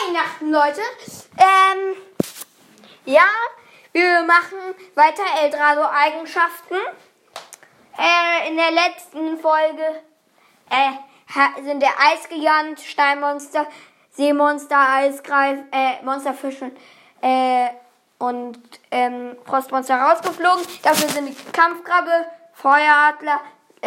Weihnachten, Leute. Ja, wir machen weiter Eldrado-Eigenschaften. In der letzten Folge sind der Eisgigant, Steinmonster, Seemonster, Eisgreif, Monsterfisch und Frostmonster rausgeflogen. Dafür sind die Kampfkrabbe, Feueradler,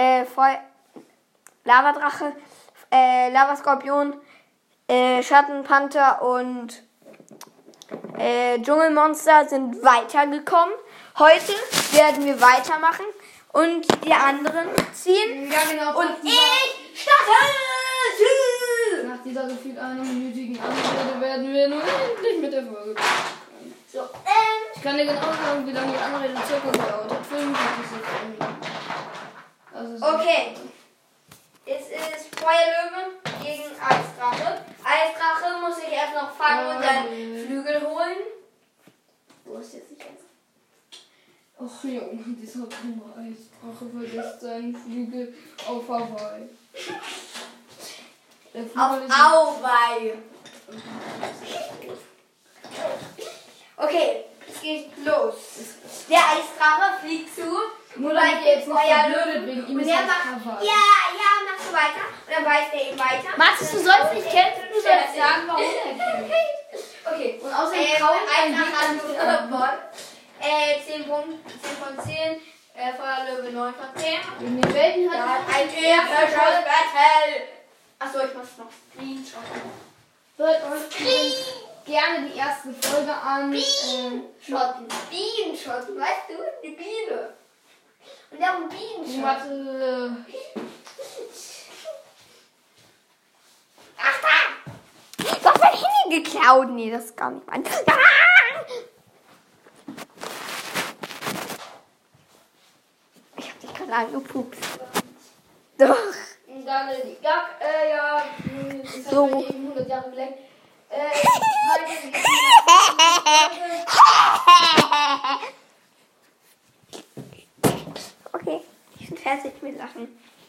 Lavadrache, Lavaskorpion, Schattenpanther und Dschungelmonster sind weitergekommen. Heute werden wir weitermachen und die anderen ziehen. Ja, genau. Und ich starte! Nach dieser gefühlt einminütigen Anrede werden wir nun endlich mit der Folge beginnen. So, Ich kann dir genau sagen, wie lange die Anrede circa gedauert hat. 45 Sekunden. Okay. Es ist Feuerlöwe gegen Eisdrache. Eisdrache muss ich erst noch fangen und seinen Flügel holen. Wo ist jetzt nicht jetzt? Och Junge, dieser dumme Eisdrache verlässt seinen Flügel auf Hawaii. Auf Auweih. Okay, es geht los. Der Eisdrache fliegt zu. Nur damit ihr jetzt nicht verblödet wegen ihm Und ist er das macht, Hawaii. ja, mach so weiter. Und dann weist er ihn weiter. Max, du sollst nicht kämpfen, du sollst sagen, warum er kämpft. Okay. Und außerdem traut ein Gegner nicht an. gewonnen. 10 von 10. Feuerlöwe 9 von 10. In den Welten Ja, hat ein episches Battle. Achso, ich muss noch Screenshot. hört euch gerne die erste Folge an. Bienenschotten. Bienenschotten, weißt du? Die Biene. Und der ein Bienenschotten. Warte. Ach da! Du hast mein Handy geklaut. Nee, das ist gar nicht mein. Ah! Ich hab dich gerade angepupst. Doch. Dann die Gag, ja, das So. hat mich eben 100 Jahre geleckt. Okay, ich bin fertig mit Lachen.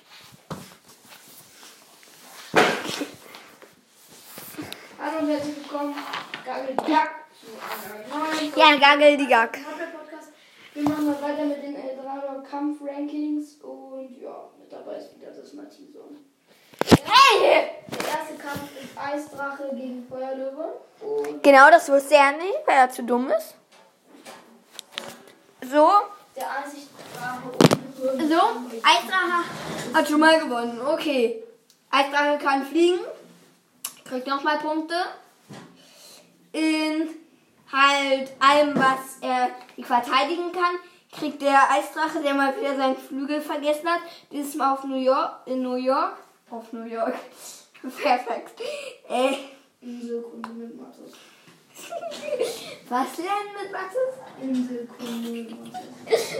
Hallo und herzlich willkommen, Gagel die Gag. Ja, Gagel die Gag. Podcast. Wir machen mal weiter mit den Eldrador Kampf-Rankings und ja, mit dabei ist wieder das Matison. Hey! Der erste Kampf ist Eisdrache gegen Feuerlöwe. Und Genau, das wusste er nicht, weil er zu dumm ist. So, der Eisdrache und so, Eisdrache hat schon mal gewonnen. Okay, Eisdrache kann fliegen, kriegt nochmal Punkte. In halt allem, was er verteidigen kann, kriegt der Eisdrache, der mal wieder seinen Flügel vergessen hat, dieses Mal auf New York. Perfekt. Inselkunde mit Mathis. Was lernen mit Maxis? Inselkunde mit Mathis.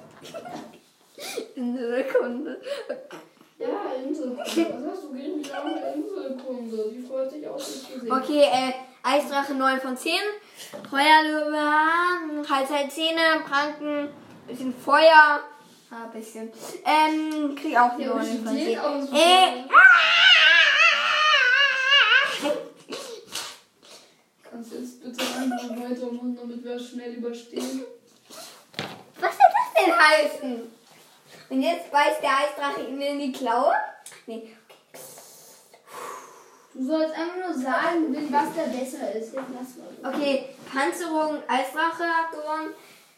Inselkunde. Ja, Inselkunde. Was hast du gegen die arme Inselkunde? Die freut sich auch nicht zu sehen. Okay, Eisdrache 9 von 10. Feuerlöwe, halt Zähne, Pranken, bisschen Feuer. Ah, bisschen. Krieg auch die 9 von 10. Kannst du jetzt bitte einfach weitermachen, damit wir es schnell überstehen? Was soll das denn heißen? Und jetzt beißt der Eisdrache ihm in die Klaue? Nee. Du sollst einfach nur sagen, was da besser ist. Jetzt lass mal. Okay, Panzerung, Eisdrache hat gewonnen.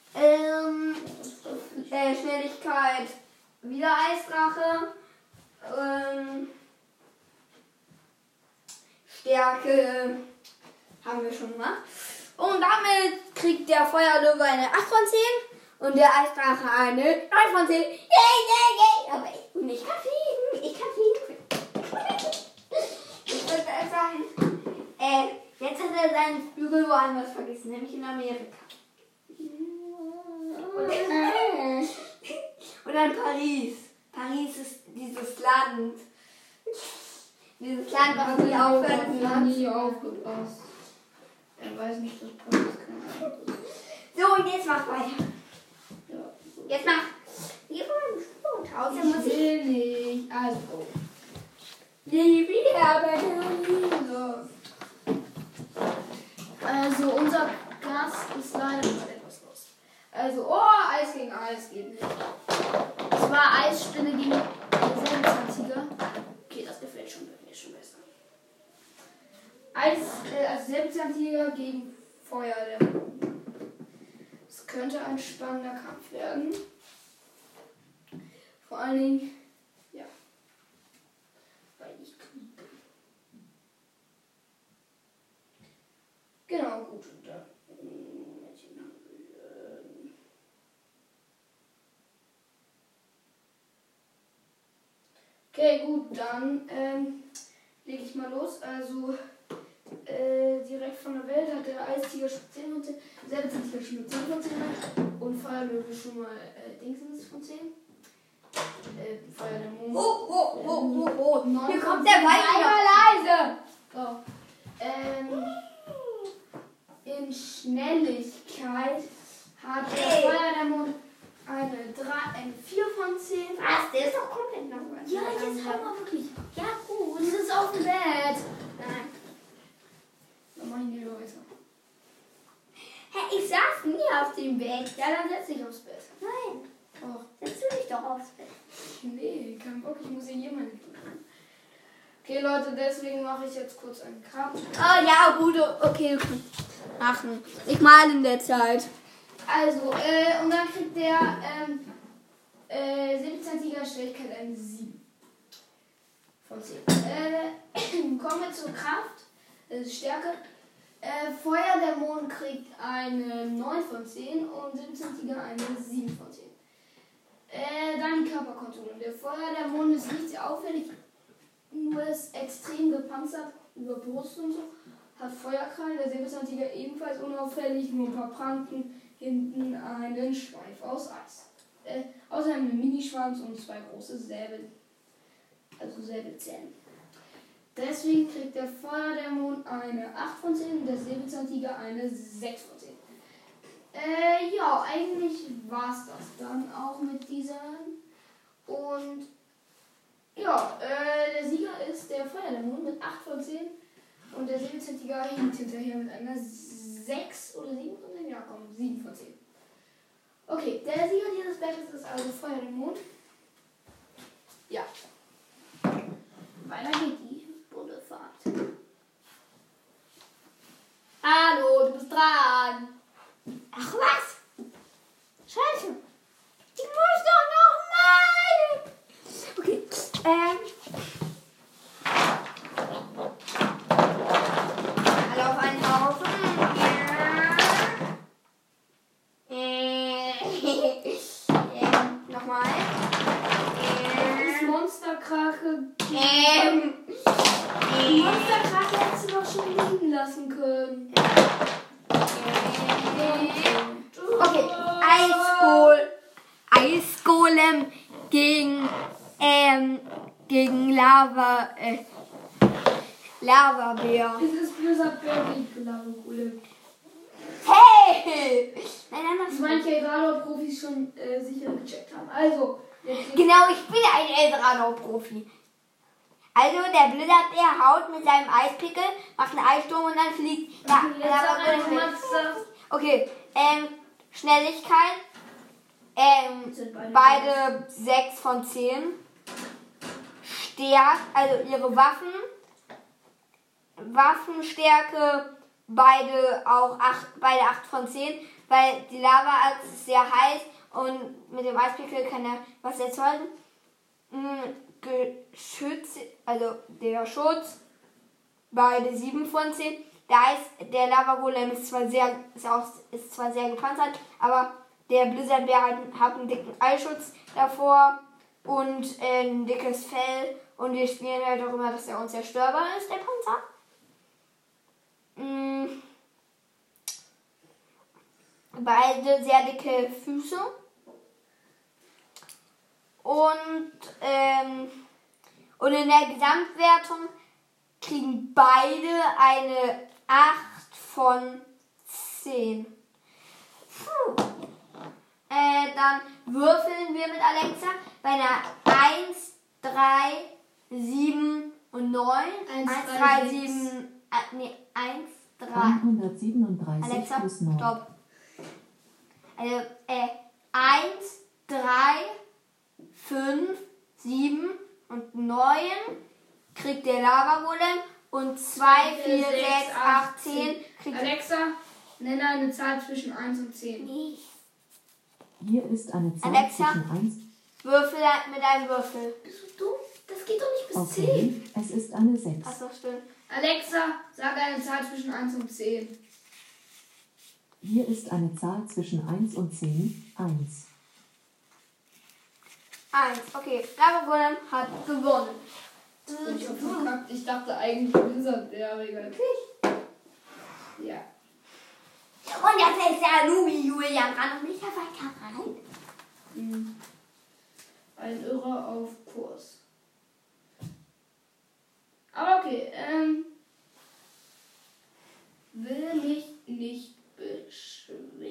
Schnelligkeit, wieder Eisdrache. Stärke haben wir schon gemacht. Und damit kriegt der Feuerlöwe eine 8 von 10 und der Eisdrache eine 9 von 10. Yay, yay, yay! Aber ich kann fliegen. Ich kann fliegen. Ich würde sagen, jetzt hat er seinen Flügel woanders vergessen, nämlich in Amerika. Und dann Paris. Paris ist dieses Land. Dieses Land, was nie aufhört. hat nie aufgepasst. Er weiß nicht, dass Paris kein Land ist. So, und jetzt mach weiter. Ja. Jetzt mach. Hier vor dem Sporthaus. Da muss ich. will nicht. Also. Die Wiederarbeitung. So. das geht nicht. Das war Eisspinne gegen Säbelzahntiger. Okay, das gefällt mir schon besser. Also Säbelzahntiger gegen Feuerdämon. Das könnte ein spannender Kampf werden. Vor allen Dingen, ja, weil ich Krieg bin. Genau, gut. Und dann, okay, gut, dann lege ich mal los. Also direkt von der Welt hat der Eistiger schon 10 von 10, Säbelzahntiger schon 10 von 10 und Feuerlöwe schon mal Dingsens von 10. Feuerdämon. Hier kommt der Weiber leise. Oh. In Schnelligkeit hat der Feuerdämon eine 4 von 10. Was? Der ist doch komplett langweilig. Ja, jetzt hör mal wirklich. Ja, gut, es ist auf dem Bett. Nein. Dann mach ich nicht weiter. Hä, ich saß nie auf dem Bett. Ja, dann setz dich aufs Bett. Nein. Doch. Setz du dich doch aufs Bett. Nee, kein Bock, ich muss hier jemanden tun. Okay, Leute, deswegen mache ich jetzt kurz einen Cut. Oh ja, gut. Okay, du kannst machen. Ich mal in der Zeit. Also, und dann kriegt der 17er Schnelligkeit eine 7 von 10. Kommen wir zur Kraft, Stärke. Feuerdämon kriegt eine 9 von 10 und 17er eine 7 von 10. Dann die Körperkonturen. Der Feuerdämon ist nicht sehr auffällig, nur ist extrem gepanzert über Brust und so. Hat Feuerkrallen, der Säbelzahntiger ebenfalls unauffällig, nur ein paar Pranken, hinten einen Schweif aus Eis. Außerdem einen Minischwanz und 2 große Säbel, also Säbelzähne. Deswegen kriegt der Feuerdämon eine 8 von 10 und der Säbelzahntiger eine 6 von 10. Ja, eigentlich war's das dann auch mit dieser. Und ja, der Sieger ist der Feuerdämon mit 8 von 10 und der Säbelzahntiger hinkt hinterher mit einer 6 oder 7 von 10. Ja, komm, 7 von 10. Okay, der Sieger dieses Battles ist also Feuerdämon. Ja. Weiter geht die Bundesfahrt. Hallo, du bist dran. Ach was? Scheiße. Ich muss doch noch mal. Okay, alle auf einen Haufen. Nochmal. Monsterkrache. Die Monsterkrache hättest du doch schon liegen lassen können. Okay, Eisgolem gegen Lavabär. Es ist Blizzard Bär gegen Lavagolem. Hey! Nein, Das manche Eldrador-Profis schon sicher gecheckt haben. Also, jetzt genau, ich bin ein Eldrador-Profi. Also, der Blizzardbär haut mit seinem Eispickel, macht einen Eissturm und dann fliegt. Ja, okay, Schnelligkeit. Beide 6 von 10. Also ihre Waffenstärke, beide 8 von 10, weil die Lava ist sehr heiß und mit dem Eispickel kann er was erzeugen. Also der Schutz, beide 7 von 10. Der Lavagolem ist zwar sehr gepanzert, aber der Blizzardbär hat einen dicken Eisschutz davor und ein dickes Fell und wir spielen halt darüber, dass er unzerstörbar ist, der Panzer. Beide sehr dicke Füße und in der Gesamtwertung kriegen beide eine 8 von 10. Dann würfeln wir mit Alexa bei einer 1, 3, 7 und 9. 1, 3, 7, 1, 3. 137 Alexa, plus 9. stopp. Also 1, 3, 5, 7 und 9 kriegt der Lava-Golem und 2, 4, 6, 8, 10 kriegt Alexa, nenne eine Zahl zwischen 1 und 10. Nee. Hier ist eine Zahl Alexa? zwischen 1. Würfel mit einem Würfel. Bist du dumm? Das geht doch nicht bis 10. Okay, es ist eine 6. Achso, stimmt. Alexa, sag eine Zahl zwischen 1 und 10. Hier ist eine Zahl zwischen 1 und 10. 1. 1. Okay, Lava-Golem hat gewonnen. Ich hab verkackt. Ich dachte eigentlich Blizzard wäre egal. Ja. Und jetzt ist ja Nubi Julian dran und ich da weiter rein. Ein Irrer auf Kurs. Aber okay, will mich nicht beschweren.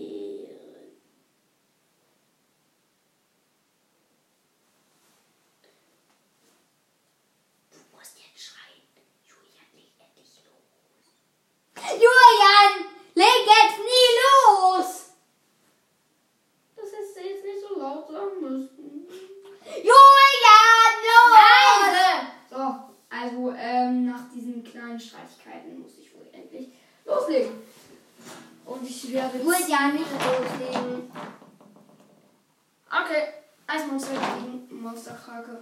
Du musst jetzt schreien. Julian, leg endlich los. Julian, leg jetzt nie los! Das hättest du jetzt nicht so laut sagen müssen. Julian, los! So, also nach diesen kleinen Streitigkeiten muss ich wohl endlich loslegen. Und ich werde... Julian, nicht loslegen. Okay, Eismonster gegen Monsterkrake.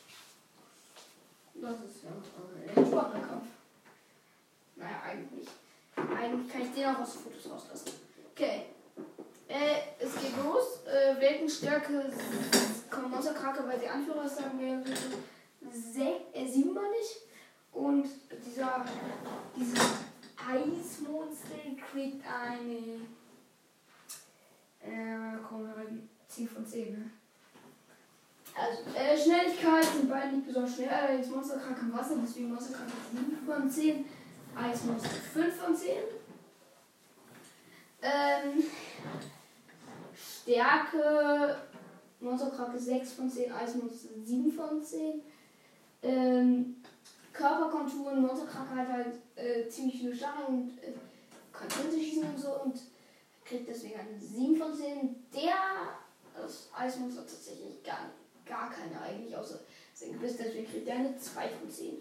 Das ist ja ein entspannter Kampf. Naja, eigentlich. Eigentlich kann ich den auch aus den Fotos rauslassen. Okay. Es geht los. Weltenstärke kommt Monsterkrake, weil sie Anführer ist, sagen wir 7 mal nicht. Und dieses Eismonster kriegt eine 10 von 10. Ne? Also, Schnelligkeit sind beide nicht besonders schnell. Allerdings Monsterkrake im Wasser, deswegen Monsterkrake 7 von 10. Eismonster 5 von 10. Stärke Monsterkrake 6 von 10, Eismonster 7 von 10. Körperkonturen, Monsterkrake hat halt ziemlich viele Stacheln und kann Flinte schießen und so und kriegt deswegen eine 7 von 10. Das Eismonster tatsächlich gar keine eigentlich, außer sein Gebiss, deswegen kriegt er eine 2 von 10.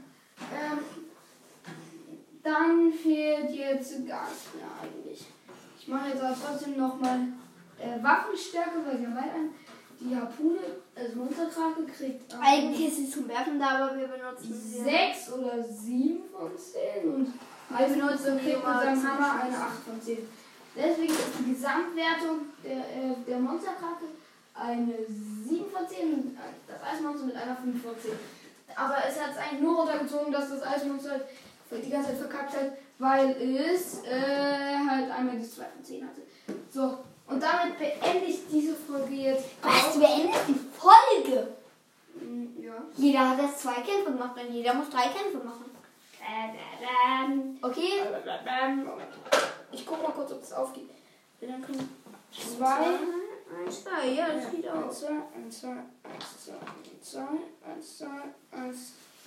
Dann fehlt jetzt gar nichts mehr eigentlich. Ich mache jetzt aber trotzdem nochmal Waffenstärke, weil wir weiter die Harpune, also Monsterkrake kriegt Eigentlich ist sie zum Werfen da, aber wir benutzen sie. 6 oder 7 von 10 und Eismonster kriegt mit seinem Hammer eine 8 von 10. Deswegen ist die Gesamtwertung der Monsterkrake eine 7 von 10 und das Eismonster mit einer 5 von 10. Aber es hat es eigentlich nur runtergezogen, dass das Eismonster die ganze Zeit verkackt hat, weil es halt einmal die 2 von 10 hatte. So, und damit beende ich diese Folge jetzt. Was? Du beendest die Folge? Ja. Jeder hat jetzt 2 Kämpfe gemacht und jeder muss 3 Kämpfe machen. Okay? Moment. Ich guck mal kurz, ob es aufgeht. Dann können 2, 1, 2, ja, das geht auch. 1, 2, 1, 2, 1, 2, 1, 2, 1.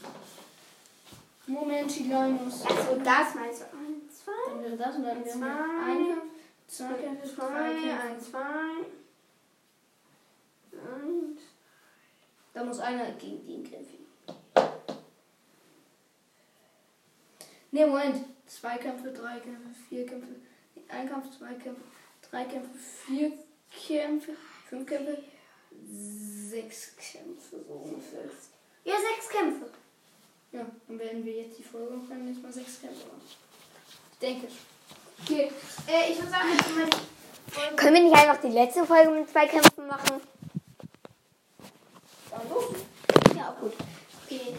Moment, Chilanus. Also das meinst du? 1, 2, Dann wäre das und dann wäre 2, ein Kampf, 2 Kämpfe, 3 Kämpfe. 1, 2, 1. Da muss einer gegen den kämpfen. Ne, Moment. 2 Kämpfe, 3 Kämpfe, 4 Kämpfe. Ein Kampf, 2 Kämpfe, 3 Kämpfe, 4 Kämpfe, 5 Kämpfe, 6 Kämpfe, so ungefähr. Ja, 6 Kämpfe. Ja, dann werden wir jetzt die Folge und können jetzt mal 6 Kämpfe machen. Ich denke. Okay, ich würde sagen, jetzt mal Folge. Können wir nicht einfach die letzte Folge mit 2 Kämpfen machen? Dann los. Ja, gut. Okay.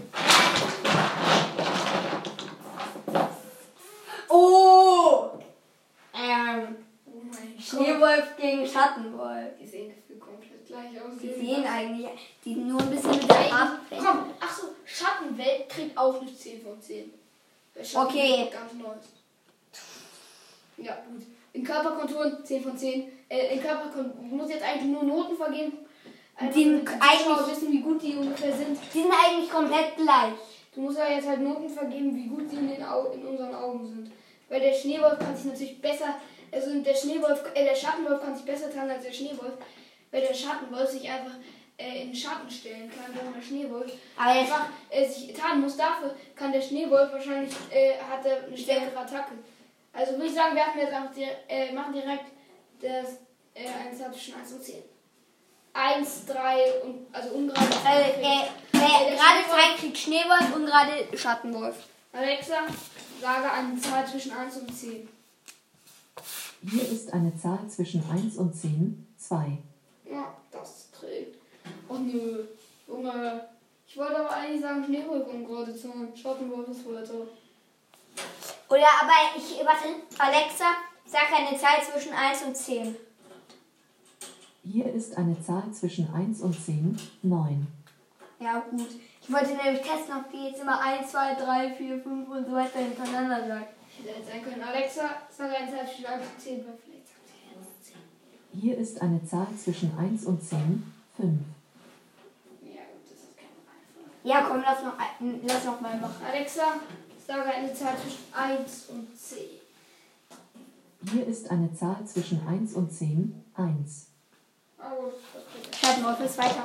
Oh! Oh mein Gott. Schneewolf gegen Schattenwolf. Die sehen gefühlt komplett gleich aus. Die sehen eigentlich, die sind nur ein bisschen mit der Farbe. Komm, achso, Schattenwelt kriegt auch eine 10 von 10. Okay. Ganz neues. Ja, gut. In Körperkonturen 10 von 10. In Körperkonturen muss jetzt eigentlich nur Noten vergeben. Die sind Zuschauer eigentlich- wissen, wie gut die ungefähr sind. Die sind eigentlich komplett gleich. Du musst ja jetzt halt Noten vergeben, wie gut sie in unseren Augen sind. Weil der Schneewolf kann sich natürlich besser, also der Schattenwolf kann sich besser tarnen als der Schneewolf. weil der Schattenwolf sich einfach in den Schatten stellen kann, wo der Schneewolf Aber jetzt- einfach sich tarnen muss. Dafür kann der Schneewolf wahrscheinlich, hat er eine stärkere Attacke. Also würde ich sagen, werfen wir jetzt einfach machen direkt das eine Zahl zwischen 1 und 10. 1, 3 und also ungerade Gerade 2 kriegt Schneewolf und gerade Schattenwolf. Alexa, sage eine Zahl zwischen 1 und 10. Hier ist eine Zahl zwischen 1 und 10, 2. Ja, das trägt. Oh nö, Junge. Ich wollte aber eigentlich sagen Schneewolf und gerade Zahlen. Schattenwolf ist weiter. Oder aber warte, Alexa, sag eine Zahl zwischen 1 und 10. Hier ist eine Zahl zwischen 1 und 10, 9. Ja, gut. Ich wollte nämlich testen, ob die jetzt immer 1, 2, 3, 4, 5 und so weiter hintereinander sagt. Hätte jetzt sein können. Alexa, sage eine Zahl zwischen 1 und 10, weil vielleicht sagt sie 1 und 10. Hier ist eine Zahl zwischen 1 und 10, 5. Ja, gut, das ist keine Einfache. Ja, komm, lass noch mal machen. Alexa, sage eine Zahl zwischen 1 und 10. Hier ist eine Zahl zwischen 1 und 10, 1. Ah gut, das kriegt er. Schattenwolf ist weiter.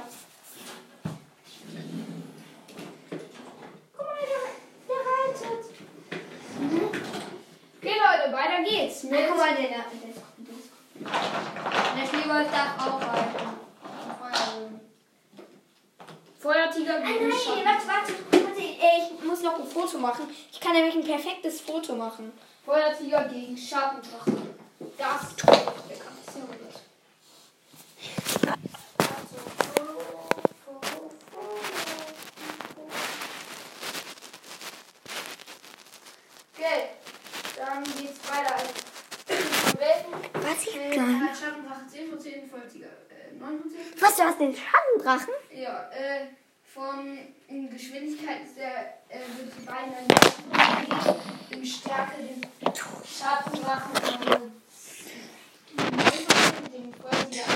Guck mal, der reitet. Okay, Leute, weiter geht's. Ja, guck mal, der Schneewolf darf auch weiter. Feuertiger gegen Schatten. Warte, ich muss noch ein Foto machen. Ich kann nämlich ein perfektes Foto machen. Feuertiger gegen Schattendrachen. Das der kann ich sehr gut. Okay, dann geht's weiter. Was ich Schattendrache 10 von 10, Feuertiger 9 von 10. Was, du hast den Schattendrachen? Ja, von Geschwindigkeit ist wird die beiden in Stärke den Schattendrachen den Volltiger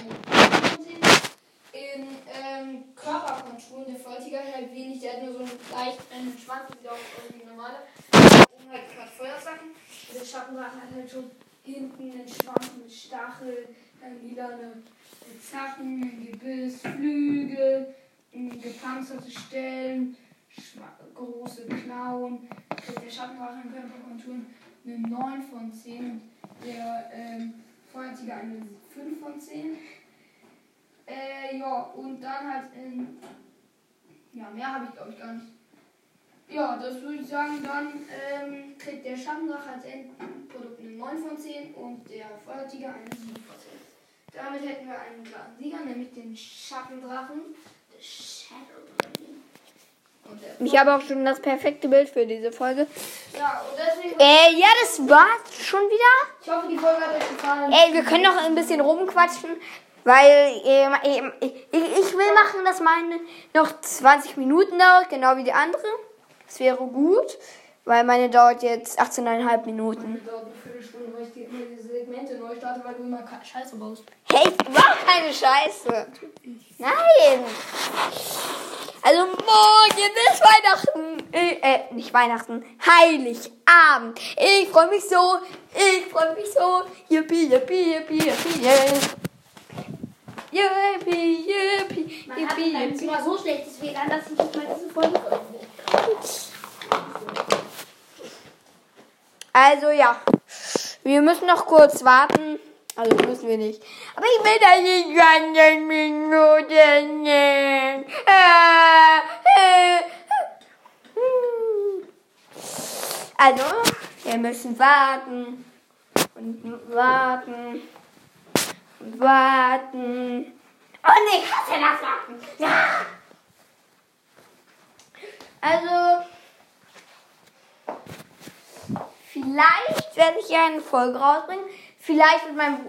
in Körperkonturen. Der Volltiger ist halt wenig, der hat nur so einen leicht brennenden Schwanz, das sieht auch aus wie normale. Und halt gerade Feuersachen. Der Schattendrachen hat halt schon hinten einen Schwanz mit Stacheln, dann lilane Zacken, ein Gebiss, Flügel, gepanzerte Stellen, große Klauen. Der Schattendrache in Körperkonturen eine 9 von 10. Der Feuertiger eine 5 von 10. Ja, und dann halt ja, mehr habe ich glaube ich gar nicht. Ja, das würde ich sagen, dann kriegt der Schattendrache als Endprodukt eine 9 von 10 und der Feuertiger eine 7 von 10. Damit hätten wir einen klaren Sieger, nämlich den Schattendrachen. The Shadow Dragon. Ich habe auch schon das perfekte Bild für diese Folge. Ja, und deswegen. Ja, das war's schon wieder. Ich hoffe, die Folge hat euch gefallen. Wir können noch ein bisschen rumquatschen, weil ich will machen, dass meine noch 20 Minuten dauert, genau wie die andere. Das wäre gut, weil meine dauert jetzt 18,5 Minuten. Das dauert eine Viertelstunde, weil ich diese Segmente neu starte, weil du immer Scheiße baust. Hey, ich mach keine Scheiße. Nein. Also morgen ist Weihnachten. Nicht Weihnachten. Heiligabend. Ich freue mich so. Yippie, yippie, yippie, yippie, yippie, yippie, Man hat yippie, beim yippie. Zimmer so schlechtes WLAN, dass ich nicht mal diese Folge veröffentliche. Also ja, wir müssen noch kurz warten. Also müssen wir nicht. Aber ich will da nicht 20 Minuten nehmen. Also, wir müssen warten. Und warten. Und warten. Oh nee, ich hasse das Warten. Ja. Also, vielleicht werde ich ja eine Folge rausbringen. Vielleicht mit meinem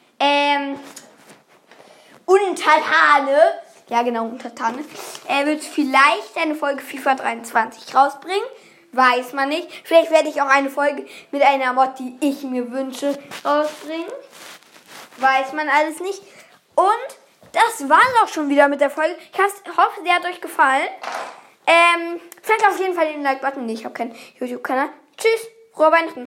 Untertane. Ja, genau, Untertane. Er wird vielleicht eine Folge FIFA 23 rausbringen. Weiß man nicht. Vielleicht werde ich auch eine Folge mit einer Mod, die ich mir wünsche, rausbringen. Weiß man alles nicht. Und das war es auch schon wieder mit der Folge. Ich hoffe, sie hat euch gefallen. Zeigt auf jeden Fall den Like-Button. Nee, ich habe keinen YouTube-Kanal. Tschüss. Frohe Weihnachten.